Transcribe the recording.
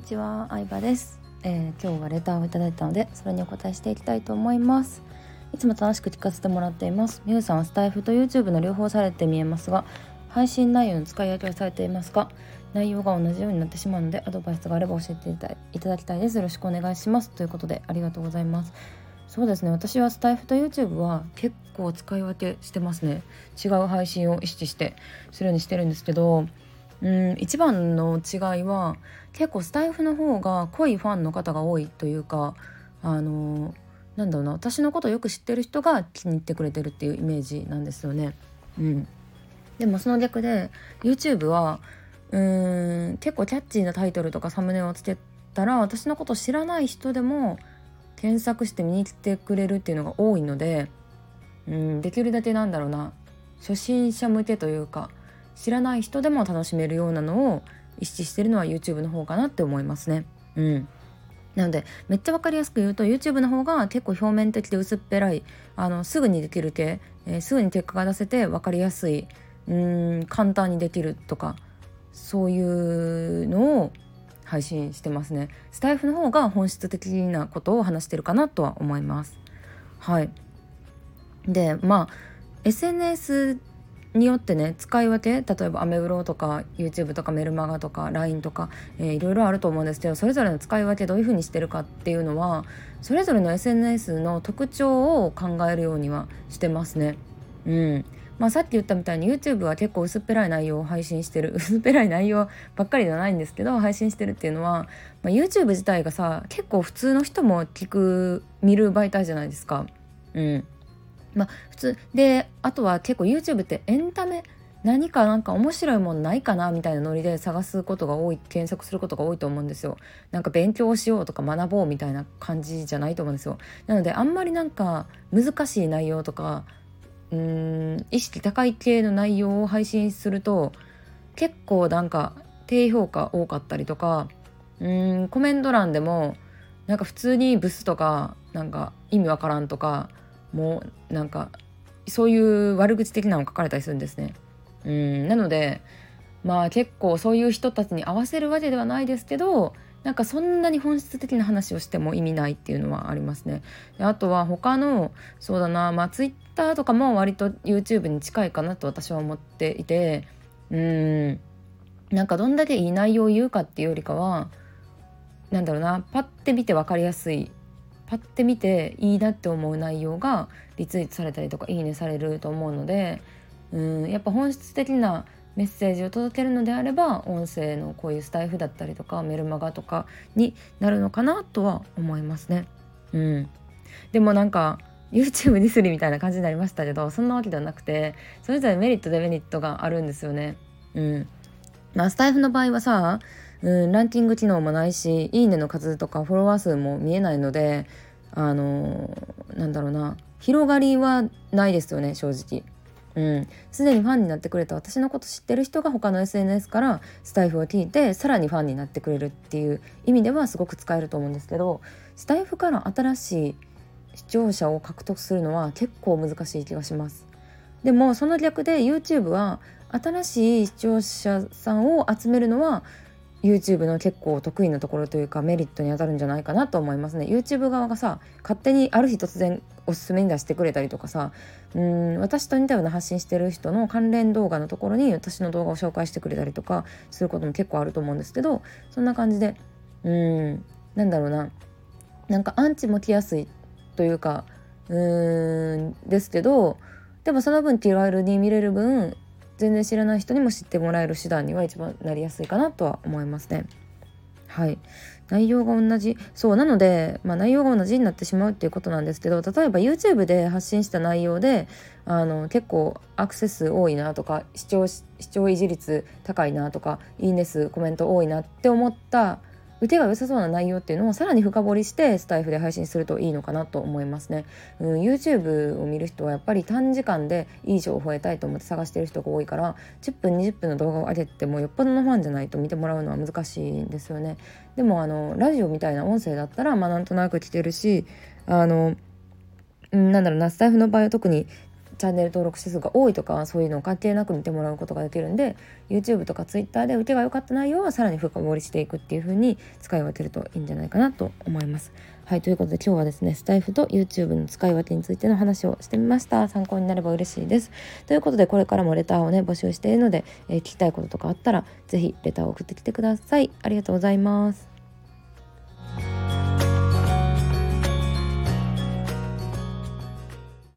ちは、相葉です。今日はレターをいただいたので、それにお答えしていきたいと思います。いつも楽しく聞かせてもらっています。みゆさんはスタイフと YouTube の両方されて見えますが、配信内容の使い分けをされていますか？内容が同じようになってしまうので、アドバイスがあれば教えていただきたいです。よろしくお願いします。ということで、ありがとうございます。そうですね、私はスタイフと YouTube は結構使い分けしてますね。違う配信を意識してするようにしてるんですけど、一番の違いは結構スタイフの方が濃いファンの方が多いというか、なんだろうな、私のことをよく知ってる人が気に入ってくれてるっていうイメージなんですよね。でもその逆で YouTube は結構キャッチーなタイトルとかサムネをつけたら、私のことを知らない人でも検索して見に来てくれるっていうのが多いので、できるだけなんだろうな、初心者向けというか、知らない人でも楽しめるようなのを意識してるのは YouTube の方かなって思いますね。なのでめっちゃ分かりやすく言うと YouTube の方が結構表面的で薄っぺらい、すぐにできる系、すぐに結果が出せて分かりやすい、簡単にできるとか、そういうのを配信してますね。スタイフの方が本質的なことを話してるかなとは思います。はい。でSNS によってね、使い分け、例えばアメブロとか YouTube とかメルマガとか LINE とか、いろいろあると思うんですけど、それぞれの使い分けどういう風にしてるかっていうのはそれぞれの SNS の特徴を考えるようにはしてますね。さっき言ったみたいに YouTube は結構薄っぺらい内容を配信してる薄っぺらい内容ばっかりではないんですけど配信してるっていうのは、YouTube 自体がさ、結構普通の人も見る媒体じゃないですか。普通で、あとは結構 YouTube ってエンタメ、なんか面白いものないかなみたいなノリで探すことが多い、検索することが多いと思うんですよ。なんか勉強しようとか学ぼうみたいな感じじゃないと思うんですよ。なのであんまりなんか難しい内容とか意識高い系の内容を配信すると結構なんか低評価多かったりとか、コメント欄でもなんか普通にブスとかなんか意味わからんとか、もうなんかそういう悪口的なの書かれたりするんですね。なので結構そういう人たちに合わせるわけではないですけど、なんかそんなに本質的な話をしても意味ないっていうのはありますね。であとは他の、そうだな、Twitter とかも割と YouTube に近いかなと私は思っていて、なんかどんだけいい内容を言うかっていうよりかは、なんだろうな、パッて見て分かりやすい、パッて見ていいなって思う内容がリツイートされたりとかいいねされると思うので、やっぱ本質的なメッセージを届けるのであれば音声のこういうスタイフだったりとかメルマガとかになるのかなとは思いますね。でもなんか YouTube ディスりみたいな感じになりましたけど、そんなわけではなくて、それぞれメリットデメリットがあるんですよね。スタイフの場合はさ、ランキング機能もないし、いいねの数とかフォロワー数も見えないので、なんだろうな、広がりはないですよね、正直。すでにファンになってくれた私のこと知ってる人が他の SNS からスタイフを聞いてさらにファンになってくれるっていう意味ではすごく使えると思うんですけど、スタイフから新しい視聴者を獲得するのは結構難しい気がします。でもその逆で YouTube は新しい視聴者さんを集めるのは YouTube の結構得意なところというかメリットに当たるんじゃないかなと思いますね。 YouTube 側がさ、勝手にある日突然おすすめに出してくれたりとかさ、私と似たような発信してる人の関連動画のところに私の動画を紹介してくれたりとかすることも結構あると思うんですけど、そんな感じでなんだろうな、なんかアンチも来やすいというかですけど、でもその分気軽に見れる分全然知らない人にも知ってもらえる手段には一番なりやすいかなとは思いますね。はい。内容が同じ、そうなので、内容が同じになってしまうっていうことなんですけど、例えば YouTube で発信した内容で結構アクセス多いなとか視聴維持率高いなとかいいね数コメント多いなって思った受けが良さそうな内容っていうのをさらに深掘りしてスタイフで配信するといいのかなと思いますね。YouTube を見る人はやっぱり短時間でいい情報を得たいと思って探してる人が多いから、10分20分の動画を上げてもよっぽどのファンじゃないと見てもらうのは難しいんですよね。でもラジオみたいな音声だったらなんとなく聞けるし、なんだろうな、スタイフの場合は特にチャンネル登録者数が多いとかそういうの関係なく見てもらうことができるんで、 YouTube とか Twitter で受けが良かった内容はさらに深掘りしていくっていう風に使い分けるといいんじゃないかなと思います。はい、ということで今日はですね、スタイフと YouTube の使い分けについての話をしてみました。参考になれば嬉しいです。ということでこれからもレターをね募集しているので、聞きたいこととかあったらぜひレターを送ってきてください。ありがとうございます。